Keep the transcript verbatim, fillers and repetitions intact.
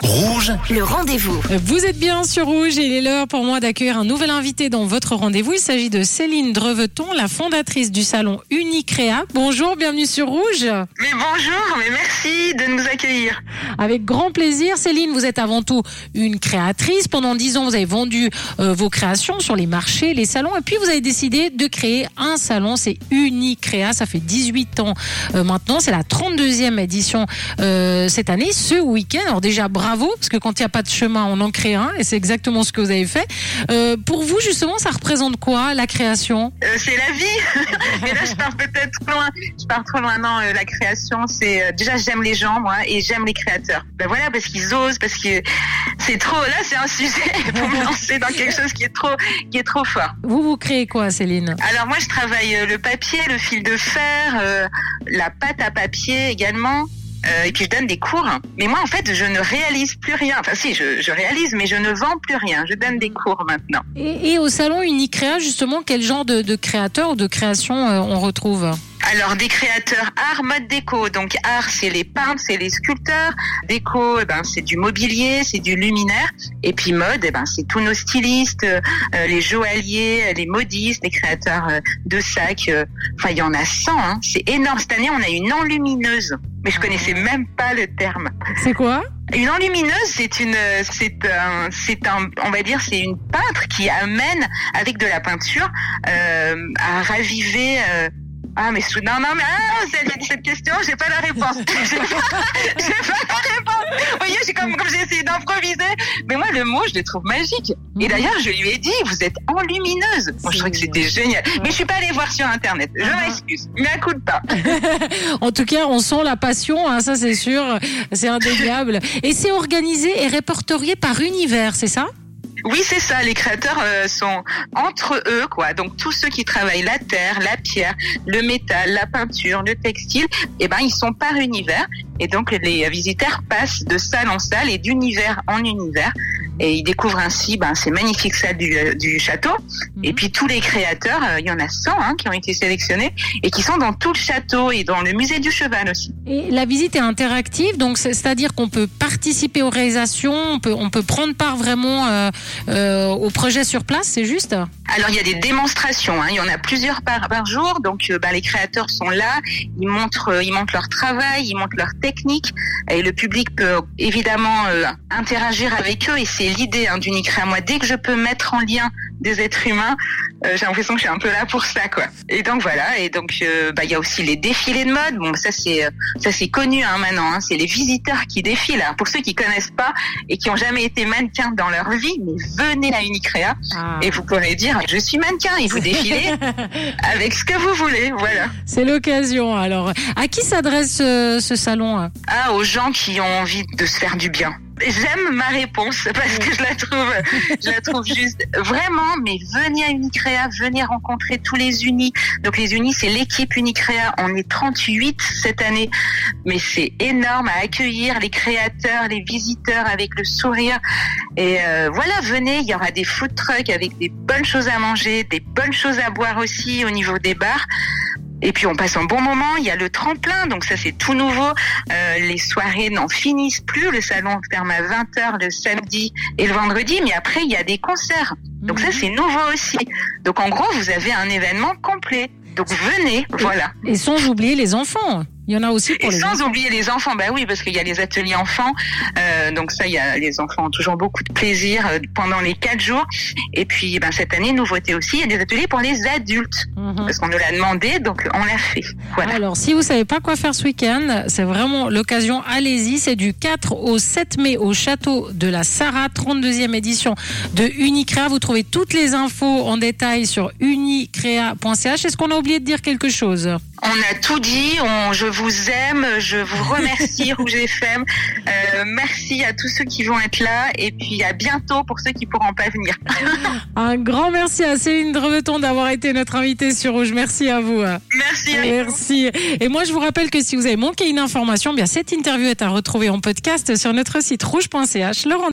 Rouge, le rendez-vous. Vous êtes bien sur Rouge et il est l'heure pour moi d'accueillir un nouvel invité dans votre rendez-vous. Il s'agit de Céline Dreveton, la fondatrice du salon Unicrea. Bonjour, bienvenue sur Rouge. Mais bonjour, mais merci de nous accueillir. Avec grand plaisir. Céline, vous êtes avant tout une créatrice. Pendant dix ans, vous avez vendu euh, vos créations sur les marchés, les salons. Et puis, vous avez décidé de créer un salon. C'est Unicrea. Ça fait dix-huit ans euh, maintenant. C'est la trente-deuxième édition euh, cette année, ce week-end. Alors déjà, bravo, parce que quand il n'y a pas de chemin, on en crée un. Et c'est exactement ce que vous avez fait. Euh, pour vous, justement, ça représente quoi, la création ? euh, C'est la vie. Mais là, je pars peut-être trop loin. Je pars trop loin. Non, euh, la création, c'est... Euh, déjà, j'aime les gens, moi, et j'aime les créateurs. Ben voilà, parce qu'ils osent, parce que c'est trop... Là, c'est un sujet pour me lancer dans quelque chose qui est trop, qui est trop fort. Vous, vous créez quoi, Céline ? Alors, moi, je travaille euh, le papier, le fil de fer, euh, la pâte à papier également. Euh, et puis je donne des cours. Mais moi, en fait, je ne réalise plus rien. Enfin, si, je, je réalise, mais je ne vends plus rien. Je donne des cours maintenant. Et, et au salon Unicrea, justement, quel genre de, de créateurs ou de création euh, on retrouve ? Alors, des créateurs art, mode déco. Donc, art, c'est les peintres, c'est les sculpteurs. Déco, eh ben, c'est du mobilier, c'est du luminaire. Et puis, mode, eh ben, c'est tous nos stylistes, euh, les joailliers, les modistes, les créateurs euh, de sacs. Euh, enfin, il y en a cent, hein. C'est énorme. Cette année, on a une enlumineuse. Mais je connaissais même pas le terme. C'est quoi ? Une enlumineuse, c'est une, c'est un, c'est un, on va dire, c'est une peintre qui amène avec de la peinture euh, à raviver. Euh, Ah mais sous... non non mais ah, cette, cette question j'ai pas la réponse j'ai pas, j'ai pas la réponse vous voyez j'ai comme comme j'ai essayé d'improviser mais moi le mot je le trouve magique et d'ailleurs je lui ai dit vous êtes enlumineuse moi je trouvais que c'était génial mais je suis pas allée voir sur internet je m'excuse mais à coup de pas. En tout cas on sent la passion hein, ça c'est sûr c'est indéniable et c'est organisé et répertorié par univers c'est ça? Oui, c'est ça. Les créateurs euh, sont entre eux, quoi. Donc tous ceux qui travaillent la terre, la pierre, le métal, la peinture, le textile, eh ben ils sont par univers. Et donc les visiteurs passent de salle en salle et d'univers en univers. Et ils découvrent ainsi ben, ces magnifiques salles du, du château. Mmh. Et puis tous les créateurs, il euh, y en a cent hein, qui ont été sélectionnés et qui sont dans tout le château et dans le musée du cheval aussi. Et la visite est interactive, donc c'est, c'est-à-dire qu'on peut participer aux réalisations, on peut, on peut prendre part vraiment euh, euh, au projet sur place, c'est juste ? Alors il y a des démonstrations, hein, il y en a plusieurs par, par jour. Donc euh, ben, les créateurs sont là, ils montrent, euh, ils montrent leur travail, ils montrent leur technique et le public peut évidemment euh, interagir avec eux et c'est l'idée hein, d'Unicrea. Moi, dès que je peux mettre en lien des êtres humains, euh, j'ai l'impression que je suis un peu là pour ça, quoi. Et donc voilà. Et donc, euh, bah, il y a aussi les défilés de mode. Bon, ça c'est, euh, ça c'est connu hein, maintenant. Hein, c'est les visiteurs qui défilent. Alors, pour ceux qui connaissent pas et qui ont jamais été mannequins dans leur vie, mais venez à Unicrea ah. et vous pourrez dire je suis mannequin et vous défilez avec ce que vous voulez. Voilà. C'est l'occasion. Alors, à qui s'adresse euh, ce salon ? Ah, aux gens qui ont envie de se faire du bien. J'aime ma réponse parce que je la trouve, je la trouve juste vraiment. Mais venez à Unicrea, venez rencontrer tous les unis. Donc les unis, c'est l'équipe Unicrea. On est trente-huit cette année, mais c'est énorme à accueillir les créateurs, les visiteurs avec le sourire. Et euh, voilà, venez. Il y aura des food trucks avec des bonnes choses à manger, des bonnes choses à boire aussi au niveau des bars. Et puis on passe un bon moment, il y a le tremplin, donc ça c'est tout nouveau. Euh, les soirées n'en finissent plus, le salon ferme à vingt heures le samedi et le vendredi, mais après il y a des concerts. Donc ça c'est nouveau aussi. Donc en gros vous avez un événement complet. Donc venez, voilà. Et sans oublier les enfants. Il y en a aussi pour et les sans enfants. oublier les enfants, bah oui, parce qu'il y a les ateliers enfants. Euh, donc ça, il y a les enfants ont toujours beaucoup de plaisir euh, pendant les quatre jours. Et puis, ben cette année, nouveauté aussi, il y a des ateliers pour les adultes, mm-hmm. parce qu'on nous l'a demandé, donc on l'a fait. Voilà. Alors, si vous savez pas quoi faire ce week-end, c'est vraiment l'occasion. Allez-y, c'est du quatre au sept mai au château de la Sarraz, trente-deuxième édition de Unicrea. Vous trouvez toutes les infos en détail sur unicrea point c h. Est-ce qu'on a oublié de dire quelque chose ? On a tout dit, on, je vous aime, je vous remercie Rouge F M, euh, merci à tous ceux qui vont être là et puis à bientôt pour ceux qui pourront pas venir. Un grand merci à Céline Dreveton d'avoir été notre invitée sur Rouge, merci à vous. Merci. Merci. Et moi je vous rappelle que si vous avez manqué une information, bien cette interview est à retrouver en podcast sur notre site rouge point c h. Le